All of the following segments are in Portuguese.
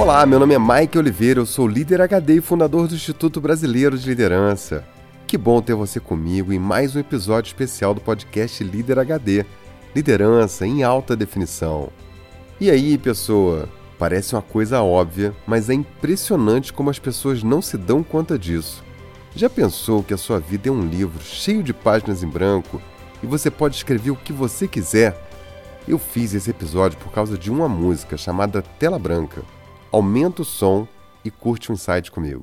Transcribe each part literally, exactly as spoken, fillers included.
Olá, meu nome é Mike Oliveira, eu sou líder H D e fundador do Instituto Brasileiro de Liderança. Que bom ter você comigo em mais um episódio especial do podcast Líder H D, Liderança em Alta Definição. E aí, pessoa? Parece uma coisa óbvia, mas é impressionante como as pessoas não se dão conta disso. Já pensou que a sua vida é um livro cheio de páginas em branco e você pode escrever o que você quiser? Eu fiz esse episódio por causa de uma música chamada Tela Branca. Aumenta o som e curte um insight comigo.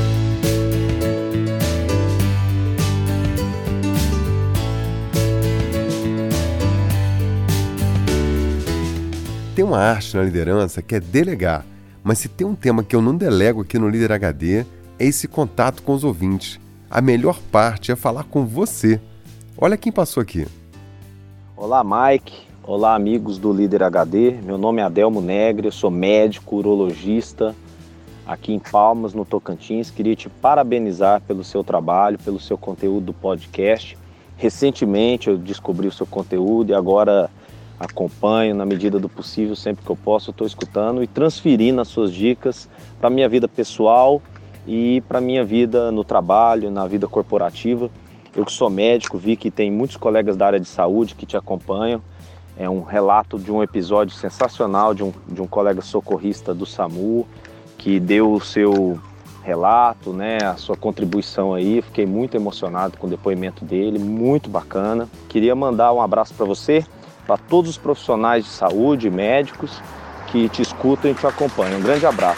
Tem uma arte na liderança que é delegar, mas se tem um tema que eu não delego aqui no Líder H D, é esse contato com os ouvintes. A melhor parte é falar com você. Olha quem passou aqui. Olá, Mike. Olá, amigos do Líder H D. Meu nome é Adelmo Negre, eu sou médico, urologista aqui em Palmas, no Tocantins. Queria te parabenizar pelo seu trabalho, pelo seu conteúdo do podcast. Recentemente eu descobri o seu conteúdo e agora acompanho na medida do possível, sempre que eu posso, eu estou escutando e transferindo as suas dicas para a minha vida pessoal e para a minha vida no trabalho, na vida corporativa. Eu que sou médico, vi que tem muitos colegas da área de saúde que te acompanham. É um relato de um episódio sensacional de um, de um colega socorrista do SAMU que deu o seu relato, né, a sua contribuição aí. Fiquei muito emocionado com o depoimento dele, muito bacana. Queria mandar um abraço para você, para todos os profissionais de saúde, médicos que te escutam e te acompanham. Um grande abraço.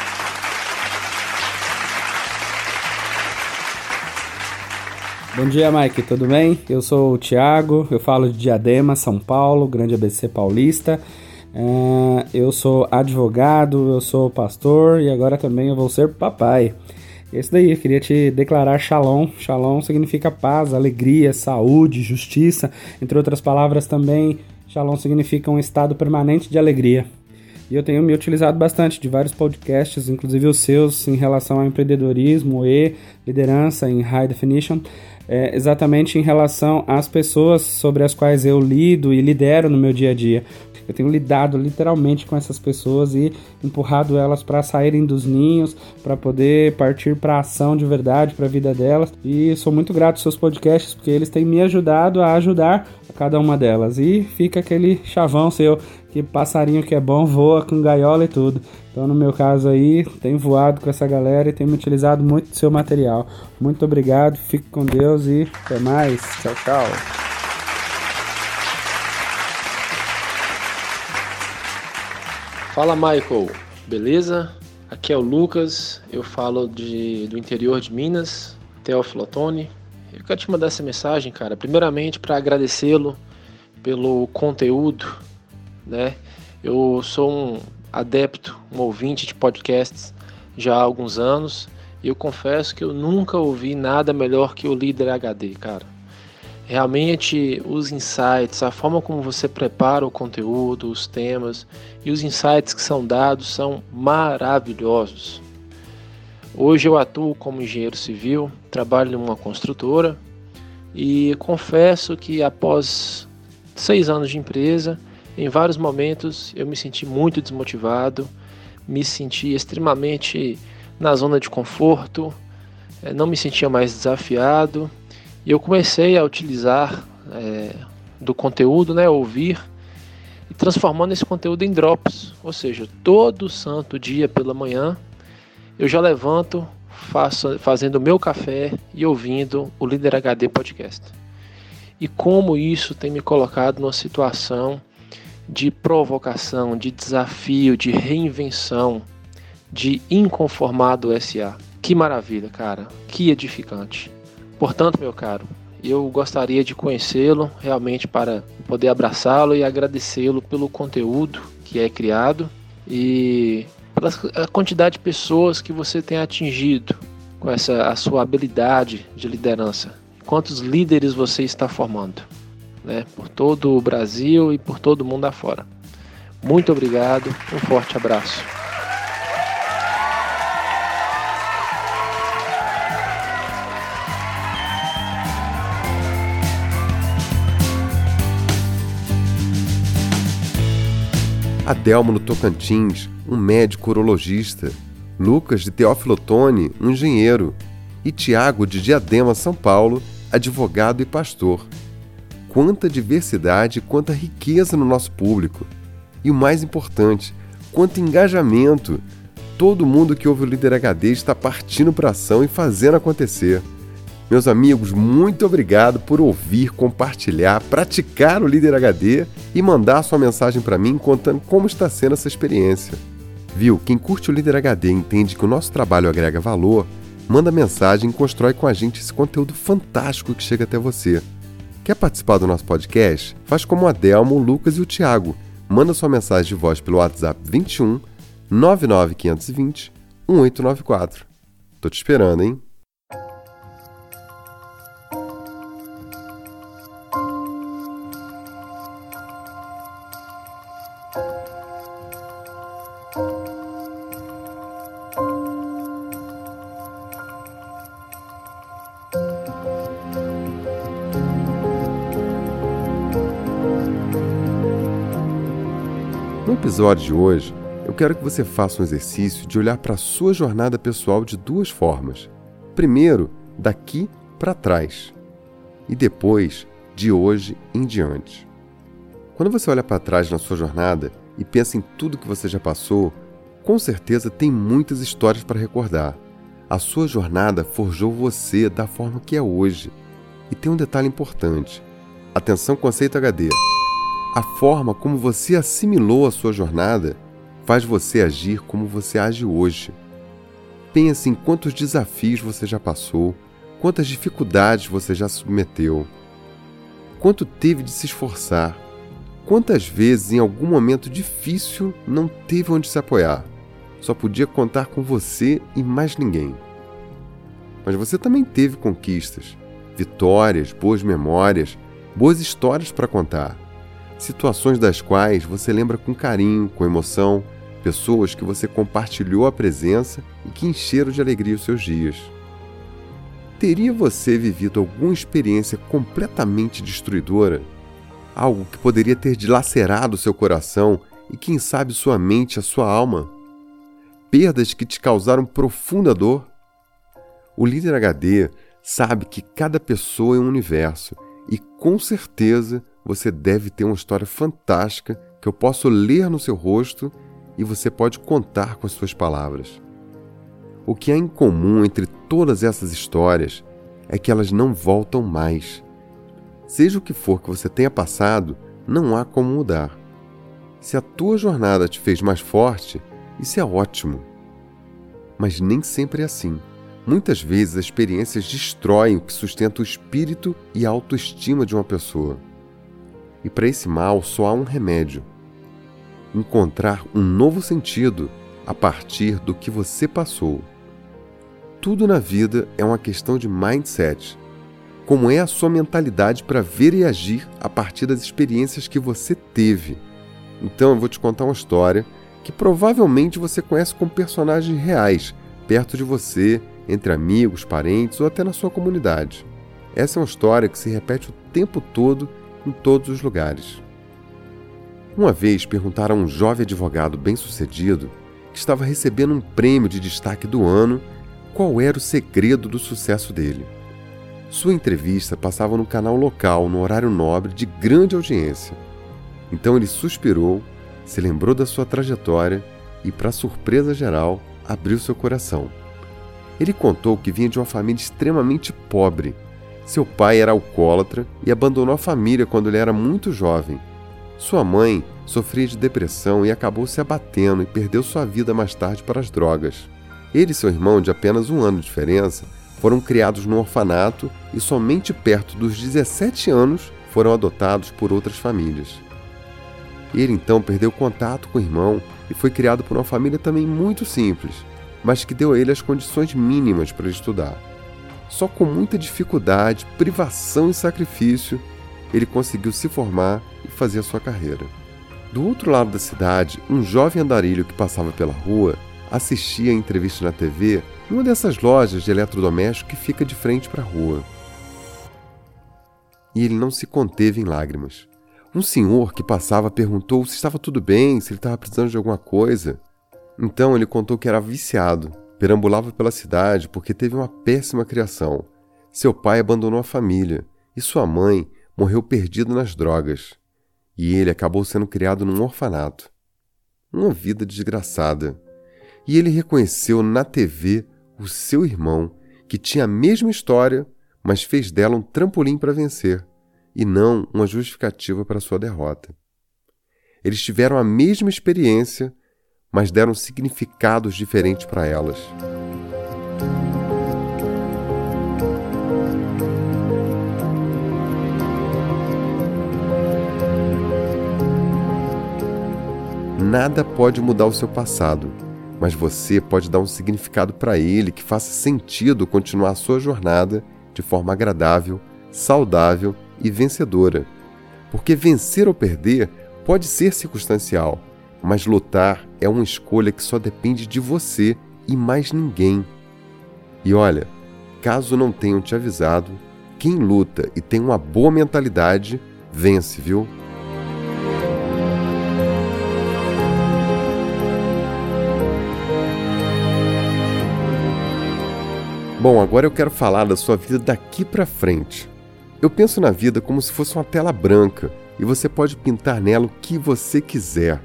Bom dia, Mike, tudo bem? Eu sou o Thiago, eu falo de Diadema, São Paulo, grande A B C paulista. Uh, eu sou advogado, eu sou pastor e agora também eu vou ser papai. Esse daí, eu queria te declarar Shalom. Shalom significa paz, alegria, saúde, justiça. Entre outras palavras também, Shalom significa um estado permanente de alegria. E eu tenho me utilizado bastante de vários podcasts, inclusive os seus, em relação ao empreendedorismo e liderança em High Definition, é, exatamente em relação às pessoas sobre as quais eu lido e lidero no meu dia a dia. Eu tenho lidado literalmente com essas pessoas e empurrado elas para saírem dos ninhos, para poder partir para a ação de verdade, para a vida delas. E sou muito grato aos seus podcasts, porque eles têm me ajudado a ajudar a cada uma delas. E fica aquele chavão seu, que passarinho que é bom voa com gaiola e tudo. Então, no meu caso aí, tenho voado com essa galera e tenho utilizado muito do seu material. Muito obrigado, fique com Deus e até mais. Tchau, tchau. Fala, Michael, beleza? Aqui é o Lucas, eu falo de, do interior de Minas, Teófilo Otoni. Eu quero te mandar essa mensagem, cara, primeiramente para agradecê-lo pelo conteúdo, né? Eu sou um adepto, um ouvinte de podcasts já há alguns anos e eu confesso que eu nunca ouvi nada melhor que o Líder H D, cara. Realmente os insights, a forma como você prepara o conteúdo, os temas e os insights que são dados são maravilhosos. Hoje eu atuo como engenheiro civil, trabalho numa construtora e confesso que após seis anos de empresa, em vários momentos eu me senti muito desmotivado, me senti extremamente na zona de conforto, não me sentia mais desafiado. E eu comecei a utilizar é, do conteúdo, né, ouvir, e transformando esse conteúdo em drops. Ou seja, todo santo dia pela manhã, eu já levanto faço, fazendo o meu café e ouvindo o Líder H D Podcast. E como isso tem me colocado numa situação de provocação, de desafio, de reinvenção, de inconformado S A. Que maravilha, cara. Que edificante. Portanto, meu caro, eu gostaria de conhecê-lo realmente para poder abraçá-lo e agradecê-lo pelo conteúdo que é criado e pela quantidade de pessoas que você tem atingido com essa a sua habilidade de liderança. Quantos líderes você está formando, né, por todo o Brasil e por todo o mundo afora. Muito obrigado, um forte abraço. Adelmo, no Tocantins, um médico urologista, Lucas de Teófilo Otoni, um engenheiro, e Tiago de Diadema, São Paulo, advogado e pastor. Quanta diversidade e quanta riqueza no nosso público. E o mais importante, quanto engajamento. Todo mundo que ouve o Líder H D está partindo para a ação e fazendo acontecer. Meus amigos, muito obrigado por ouvir, compartilhar, praticar o Líder H D e mandar sua mensagem para mim contando como está sendo essa experiência. Viu? Quem curte o Líder H D e entende que o nosso trabalho agrega valor, manda mensagem e constrói com a gente esse conteúdo fantástico que chega até você. Quer participar do nosso podcast? Faz como o Adelmo, o Lucas e o Thiago. Manda sua mensagem de voz pelo WhatsApp vinte e um, nove nove cinco dois zero, um oito nove quatro. Tô te esperando, hein? No episódio de hoje, eu quero que você faça um exercício de olhar para a sua jornada pessoal de duas formas. Primeiro, daqui para trás, e depois, de hoje em diante. Quando você olha para trás na sua jornada e pensa em tudo que você já passou, com certeza tem muitas histórias para recordar. A sua jornada forjou você da forma que é hoje. E tem um detalhe importante. Atenção, conceito H D. A forma como você assimilou a sua jornada faz você agir como você age hoje. Pense em quantos desafios você já passou, quantas dificuldades você já submeteu, quanto teve de se esforçar, quantas vezes em algum momento difícil não teve onde se apoiar, só podia contar com você e mais ninguém. Mas você também teve conquistas, vitórias, boas memórias, boas histórias para contar. Situações das quais você lembra com carinho, com emoção, pessoas que você compartilhou a presença e que encheram de alegria os seus dias. Teria você vivido alguma experiência completamente destruidora? Algo que poderia ter dilacerado seu coração e, quem sabe, sua mente e a sua alma? Perdas que te causaram profunda dor? O Líder H D sabe que cada pessoa é um universo e, com certeza, você deve ter uma história fantástica que eu posso ler no seu rosto e você pode contar com as suas palavras. O que há em comum entre todas essas histórias é que elas não voltam mais. Seja o que for que você tenha passado, não há como mudar. Se a tua jornada te fez mais forte, isso é ótimo. Mas nem sempre é assim. Muitas vezes as experiências destroem o que sustenta o espírito e a autoestima de uma pessoa. E para esse mal só há um remédio: encontrar um novo sentido a partir do que você passou. Tudo na vida é uma questão de mindset. Como é a sua mentalidade para ver e agir a partir das experiências que você teve. Então eu vou te contar uma história que provavelmente você conhece com personagens reais, perto de você, entre amigos, parentes ou até na sua comunidade. Essa é uma história que se repete o tempo todo em todos os lugares. Uma vez perguntaram a um jovem advogado bem-sucedido que estava recebendo um prêmio de destaque do ano qual era o segredo do sucesso dele. Sua entrevista passava no canal local, no horário nobre de grande audiência. Então ele suspirou, se lembrou da sua trajetória e, para surpresa geral, abriu seu coração. Ele contou que vinha de uma família extremamente pobre. Seu pai era alcoólatra e abandonou a família quando ele era muito jovem. Sua mãe sofria de depressão e acabou se abatendo e perdeu sua vida mais tarde para as drogas. Ele e seu irmão, de apenas um ano de diferença, foram criados num orfanato e somente perto dos dezessete anos foram adotados por outras famílias. Ele então perdeu contato com o irmão e foi criado por uma família também muito simples, mas que deu a ele as condições mínimas para ele estudar. Só com muita dificuldade, privação e sacrifício, ele conseguiu se formar e fazer a sua carreira. Do outro lado da cidade, um jovem andarilho que passava pela rua assistia a entrevista na T V em uma dessas lojas de eletrodoméstico que fica de frente para a rua. E ele não se conteve em lágrimas. Um senhor que passava perguntou se estava tudo bem, se ele estava precisando de alguma coisa. Então ele contou que era viciado, perambulava pela cidade porque teve uma péssima criação. Seu pai abandonou a família e sua mãe morreu perdida nas drogas. E ele acabou sendo criado num orfanato. Uma vida desgraçada. E ele reconheceu na T V o seu irmão, que tinha a mesma história, mas fez dela um trampolim para vencer, e não uma justificativa para sua derrota. Eles tiveram a mesma experiência, mas deram significados diferentes para elas. Nada pode mudar o seu passado, mas você pode dar um significado para ele que faça sentido continuar a sua jornada de forma agradável, saudável e vencedora. Porque vencer ou perder pode ser circunstancial, mas lutar é uma escolha que só depende de você e mais ninguém. E olha, caso não tenham te avisado, quem luta e tem uma boa mentalidade, vence, viu? Bom, agora eu quero falar da sua vida daqui pra frente. Eu penso na vida como se fosse uma tela branca e você pode pintar nela o que você quiser.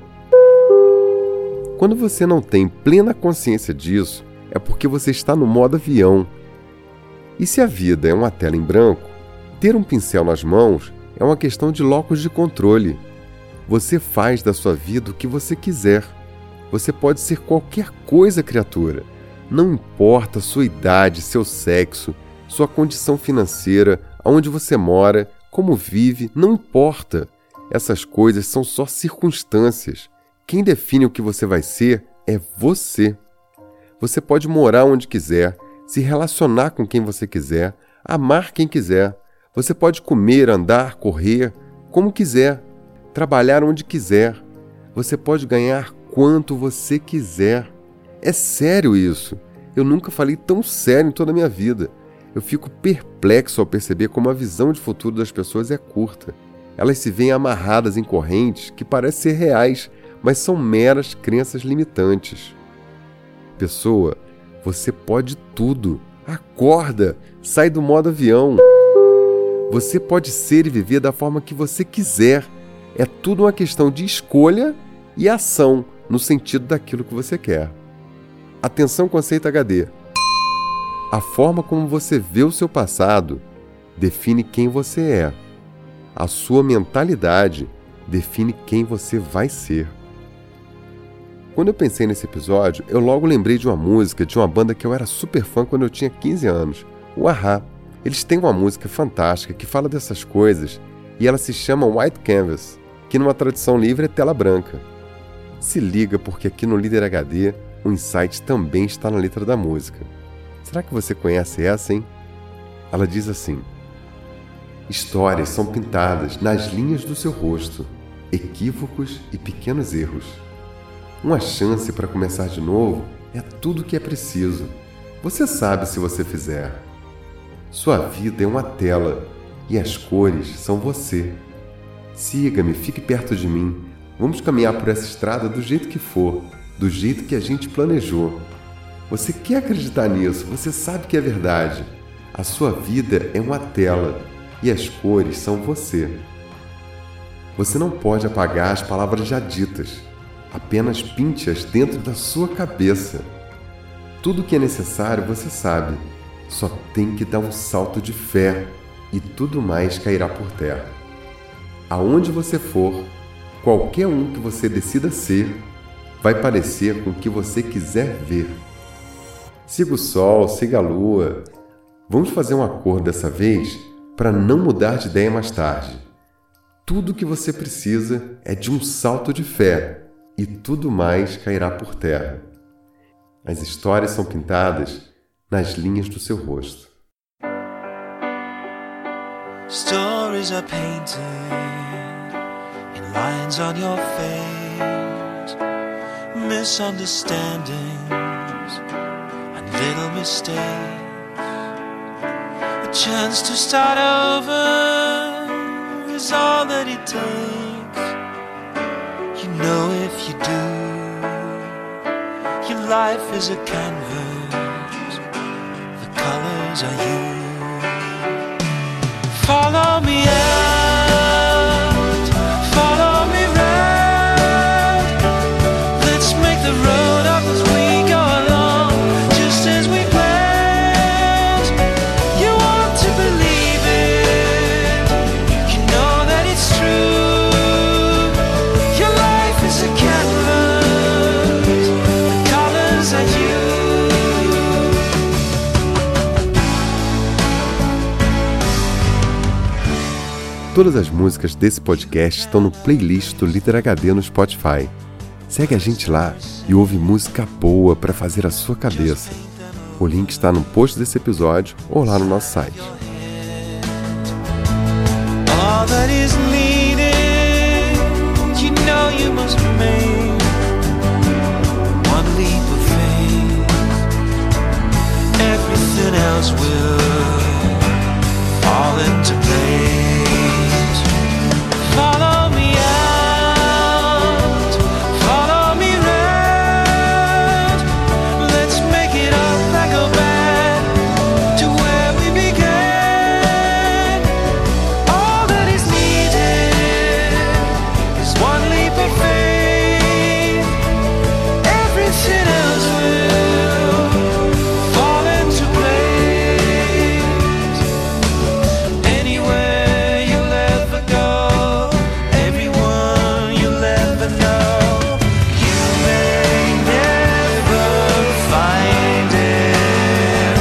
Quando você não tem plena consciência disso, é porque você está no modo avião. E se a vida é uma tela em branco, ter um pincel nas mãos é uma questão de locus de controle. Você faz da sua vida o que você quiser. Você pode ser qualquer coisa, criatura. Não importa sua idade, seu sexo, sua condição financeira, aonde você mora, como vive, não importa. Essas coisas são só circunstâncias. Quem define o que você vai ser é você. Você pode morar onde quiser, se relacionar com quem você quiser, amar quem quiser. Você pode comer, andar, correr, como quiser, trabalhar onde quiser. Você pode ganhar quanto você quiser. É sério isso. Eu nunca falei tão sério em toda a minha vida. Eu fico perplexo ao perceber como a visão de futuro das pessoas é curta. Elas se veem amarradas em correntes que parecem ser reais, mas são meras crenças limitantes. Pessoa, você pode tudo. Acorda, sai do modo avião. Você pode ser e viver da forma que você quiser. É tudo uma questão de escolha e ação no sentido daquilo que você quer. Atenção, conceito H D. A forma como você vê o seu passado define quem você é. A sua mentalidade define quem você vai ser. Quando eu pensei nesse episódio, eu logo lembrei de uma música de uma banda que eu era super fã quando eu tinha quinze anos, o A-ha. Eles têm uma música fantástica que fala dessas coisas e ela se chama White Canvas, que numa tradução livre é tela branca. Se liga porque aqui no Líder H D o insight também está na letra da música. Será que você conhece essa, hein? Ela diz assim: histórias são pintadas nas linhas do seu rosto, equívocos e pequenos erros. Uma chance para começar de novo é tudo o que é preciso. Você sabe se você fizer. Sua vida é uma tela e as cores são você. Siga-me, fique perto de mim. Vamos caminhar por essa estrada do jeito que for, do jeito que a gente planejou. Você quer acreditar nisso, você sabe que é verdade. A sua vida é uma tela e as cores são você. Você não pode apagar as palavras já ditas, apenas pinte-as dentro da sua cabeça. Tudo o que é necessário você sabe, só tem que dar um salto de fé e tudo mais cairá por terra. Aonde você for, qualquer um que você decida ser, vai parecer com o que você quiser ver. Siga o sol, siga a lua. Vamos fazer um acordo dessa vez para não mudar de ideia mais tarde. Tudo o que você precisa é de um salto de fé e tudo mais cairá por terra. As histórias são pintadas nas linhas do seu rosto. Stories are painted in lines on your face, misunderstandings and little mistakes. A chance to start over is all that it takes. You know if you do, life is a canvas, the colors are you. Follow me out, follow me round. Let's make the road up as we go along, just as we planned. You want to believe it, you know that it's true. Your life is a canvas, the colors are you. Todas as músicas desse podcast estão no playlist do Líder H D no Spotify. Segue a gente lá e ouve música boa para fazer a sua cabeça. O link está no post desse episódio ou lá no nosso site. All that is needed, you know you must remain. One leap of faith, everything else will fall into place. Follow me out, follow me round. Let's make it up and go back to where we began. All that is needed is one leap of faith. Everything else will fall into place. Anywhere you'll ever go, everyone you'll ever know, you may never find it.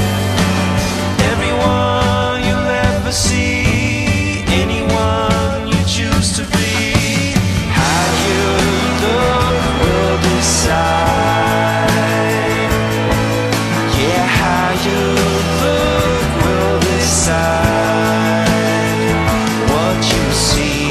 Everyone you'll ever see, anyone you choose to be, how you look will decide. Yeah, how you look will decide what you see.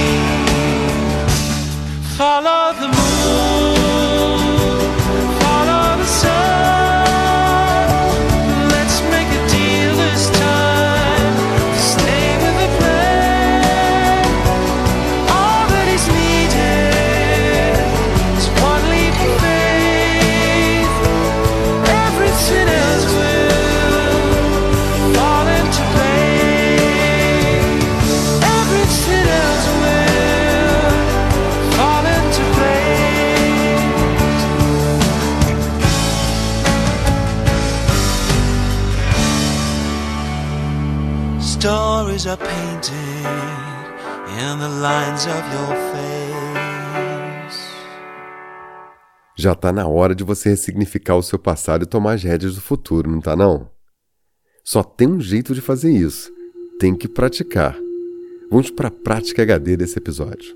Follow the moon, follow the sun. Let's make a deal this time to stay with the plan. All that is needed is one leap of faith. Everything else will fall into place. Everything else will fall into place. Stories are painted in the lines of your face. Já tá na hora de você ressignificar o seu passado e tomar as rédeas do futuro, não tá não? Só tem um jeito de fazer isso. Tem que praticar. Vamos para a prática H D desse episódio.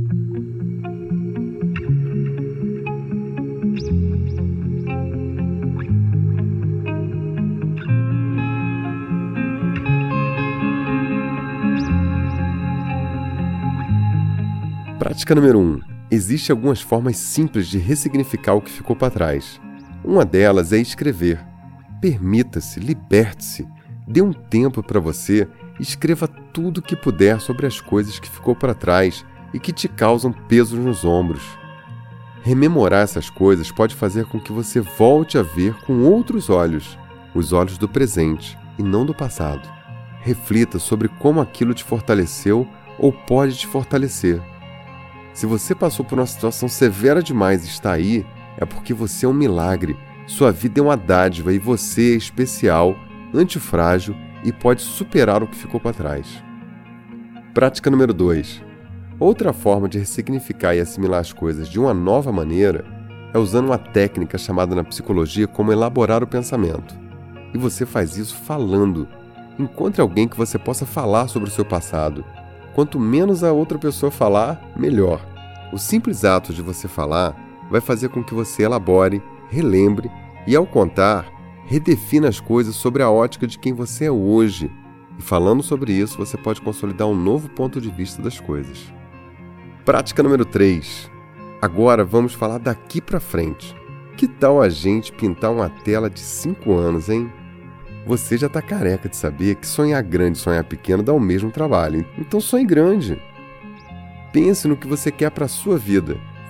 Prática número um. Existem algumas formas simples de ressignificar o que ficou para trás. Uma delas é escrever. Permita-se, liberte-se, dê um tempo para você e escreva tudo o que puder sobre as coisas que ficou para trás e que te causam pesos nos ombros. Rememorar essas coisas pode fazer com que você volte a ver com outros olhos, os olhos do presente e não do passado. Reflita sobre como aquilo te fortaleceu ou pode te fortalecer. Se você passou por uma situação severa demais e está aí, é porque você é um milagre, sua vida é uma dádiva e você é especial, antifrágil e pode superar o que ficou para trás. Prática número dois. Outra forma de ressignificar e assimilar as coisas de uma nova maneira é usando uma técnica chamada na psicologia como elaborar o pensamento. E você faz isso falando. Encontre alguém que você possa falar sobre o seu passado. Quanto menos a outra pessoa falar, melhor. O simples ato de você falar vai fazer com que você elabore, relembre e, ao contar, redefina as coisas sobre a ótica de quem você é hoje. E falando sobre isso, você pode consolidar um novo ponto de vista das coisas. Prática número três. Agora vamos falar daqui para frente. Que tal a gente pintar uma tela de cinco anos, hein? Você já está careca de saber que sonhar grande e sonhar pequeno dá o mesmo trabalho. Então sonhe grande. Pense no que você quer para a sua vida.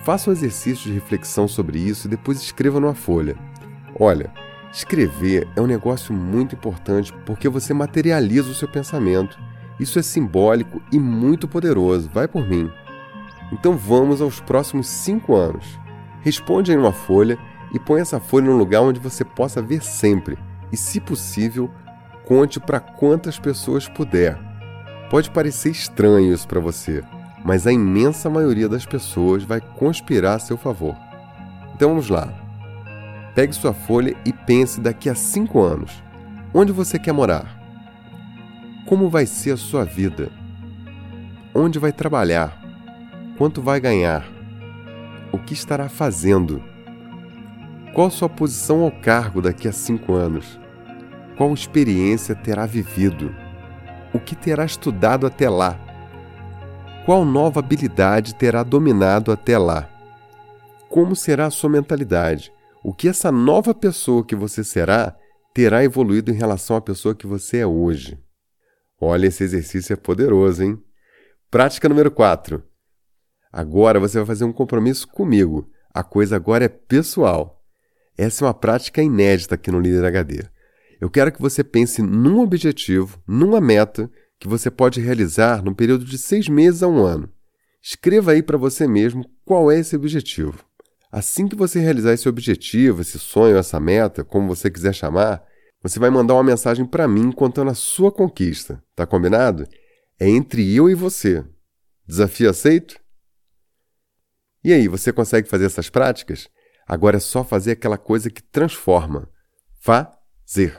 Faça um exercício de reflexão sobre isso e depois escreva numa folha. Olha, escrever é um negócio muito importante porque você materializa o seu pensamento. Isso é simbólico e muito poderoso, vai por mim. Então vamos aos próximos cinco anos. Responde em uma folha e põe essa folha num lugar onde você possa ver sempre. E, se possível, conte para quantas pessoas puder. Pode parecer estranho isso para você, mas a imensa maioria das pessoas vai conspirar a seu favor. Então vamos lá. Pegue sua folha e pense daqui a cinco anos. Onde você quer morar? Como vai ser a sua vida? Onde vai trabalhar? Quanto vai ganhar? O que estará fazendo? Qual sua posição ao cargo daqui a cinco anos? Qual experiência terá vivido? O que terá estudado até lá? Qual nova habilidade terá dominado até lá? Como será a sua mentalidade? O que essa nova pessoa que você será terá evoluído em relação à pessoa que você é hoje? Olha, esse exercício é poderoso, hein? Prática número quatro. Agora você vai fazer um compromisso comigo. A coisa agora é pessoal. Essa é uma prática inédita aqui no Líder H D. Eu quero que você pense num objetivo, numa meta que você pode realizar no período de seis meses a um ano. Escreva aí para você mesmo qual é esse objetivo. Assim que você realizar esse objetivo, esse sonho, essa meta, como você quiser chamar, você vai mandar uma mensagem para mim contando a sua conquista. Tá combinado? É entre eu e você. Desafio aceito? E aí, você consegue fazer essas práticas? Agora é só fazer aquela coisa que transforma. Fazer.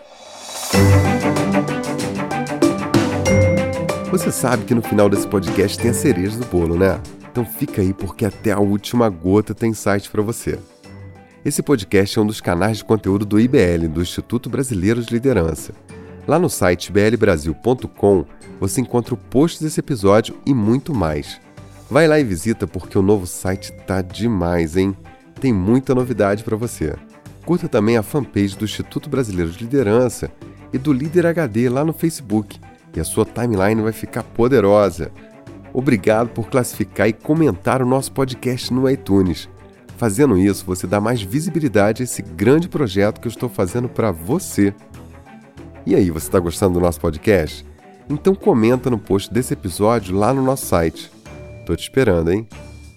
Você sabe que no final desse podcast tem a cereja do bolo, né? Então fica aí porque até a última gota tem insight para você. Esse podcast é um dos canais de conteúdo do I B L, do Instituto Brasileiro de Liderança. Lá no site b l brasil ponto com você encontra o post desse episódio e muito mais. Vai lá e visita porque o novo site tá demais, hein? Tem muita novidade para você. Curta também a fanpage do Instituto Brasileiro de Liderança e do Líder H D lá no Facebook, e a sua timeline vai ficar poderosa. Obrigado por classificar e comentar o nosso podcast no iTunes. Fazendo isso, você dá mais visibilidade a esse grande projeto que eu estou fazendo para você. E aí, você está gostando do nosso podcast? Então comenta no post desse episódio lá no nosso site. Tô te esperando, hein?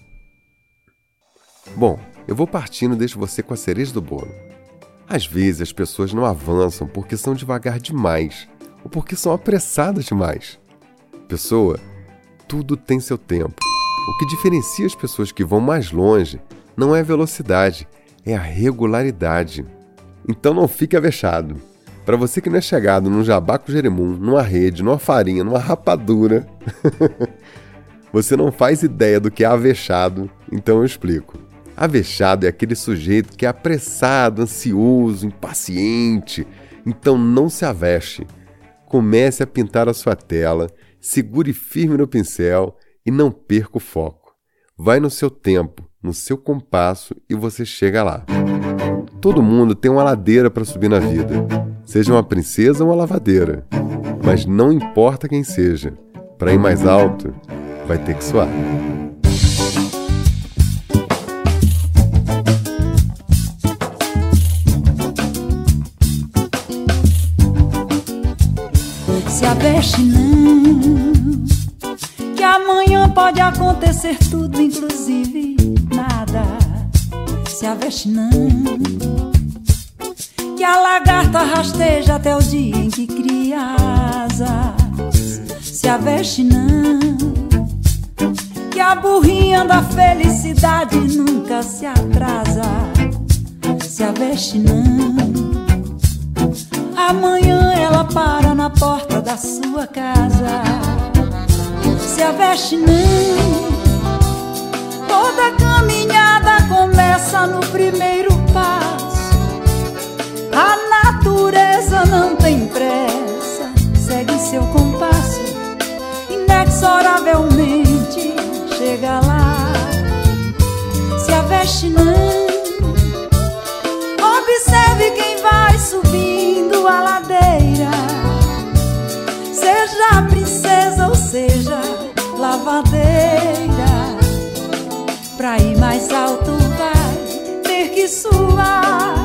Bom, eu vou partindo e deixo você com a cereja do bolo. Às vezes as pessoas não avançam porque são devagar demais ou porque são apressadas demais. Pessoa, tudo tem seu tempo. O que diferencia as pessoas que vão mais longe não é a velocidade, é a regularidade. Então não fique avexado. Para você que não é chegado num jabá com jerimum, numa rede, numa farinha, numa rapadura, você não faz ideia do que é avexado, então eu explico. Avexado é aquele sujeito que é apressado, ansioso, impaciente. Então não se avexe. Comece a pintar a sua tela, segure firme no pincel e não perca o foco. Vai no seu tempo, no seu compasso e você chega lá. Todo mundo tem uma ladeira para subir na vida, seja uma princesa ou uma lavadeira. Mas não importa quem seja, para ir mais alto, vai ter que suar. Se avexe não, que amanhã pode acontecer tudo, inclusive nada. Se avexe não, que a lagarta rasteja até o dia em que cria asas. Se avexe não, que a burrinha da felicidade nunca se atrasa. Se avexe não, amanhã ela para na porta da sua casa. Se avexe não, toda caminhada começa no primeiro passo. A natureza não tem pressa, segue seu compasso, inexoravelmente chega lá. Se avexe não, observe quem vai subindo a ladeira, seja princesa ou seja lavadeira. Pra ir mais mais alto vai ter que suar.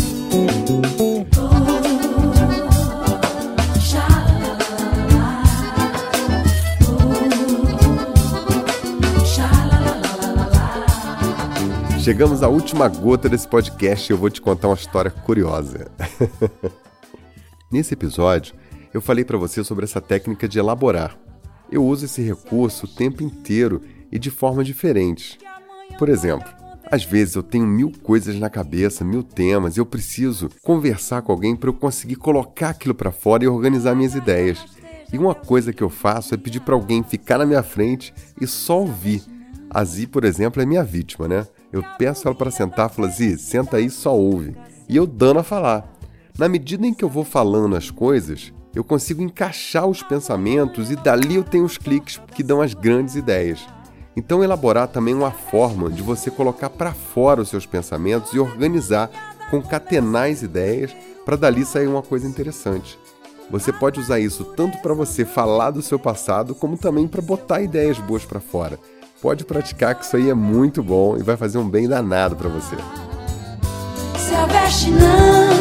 Chegamos à última gota desse podcast e eu vou te contar uma história curiosa. Nesse episódio, eu falei para você sobre essa técnica de elaborar. Eu uso esse recurso o tempo inteiro e de forma diferente. Por exemplo, às vezes eu tenho mil coisas na cabeça, mil temas, e eu preciso conversar com alguém para eu conseguir colocar aquilo para fora e organizar minhas ideias. E uma coisa que eu faço é pedir para alguém ficar na minha frente e só ouvir. A Zi, por exemplo, é minha vítima, né? Eu peço ela para sentar e falo, Zi, senta aí e só ouve. E eu dando a falar. Na medida em que eu vou falando as coisas, eu consigo encaixar os pensamentos e dali eu tenho os cliques que dão as grandes ideias. Então elaborar também é uma forma de você colocar para fora os seus pensamentos e organizar, concatenar as ideias para dali sair uma coisa interessante. Você pode usar isso tanto para você falar do seu passado, como também para botar ideias boas para fora. Pode praticar que isso aí é muito bom e vai fazer um bem danado para você. Se aveste não,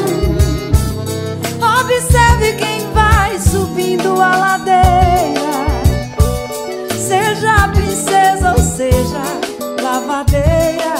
observe quem vai subindo a ladeira. Seja princesa ou seja lavadeira,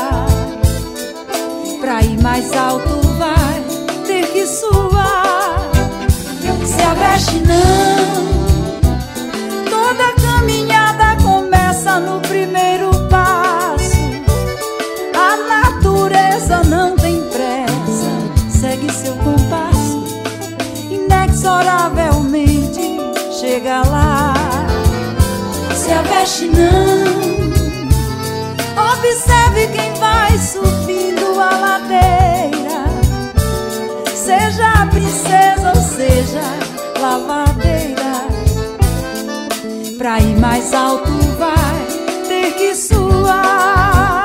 pra ir mais alto vai ter que suar. Se aveste não, toda caminhada começa no primeiro passo. A natureza não tem pressa, segue seu compasso, inexoravelmente chega lá. Se aveste não, observe quem vai subindo a ladeira. Seja princesa ou seja lavadeira, pra ir mais alto vai ter que suar.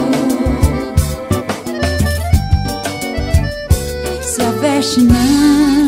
Se aveste não,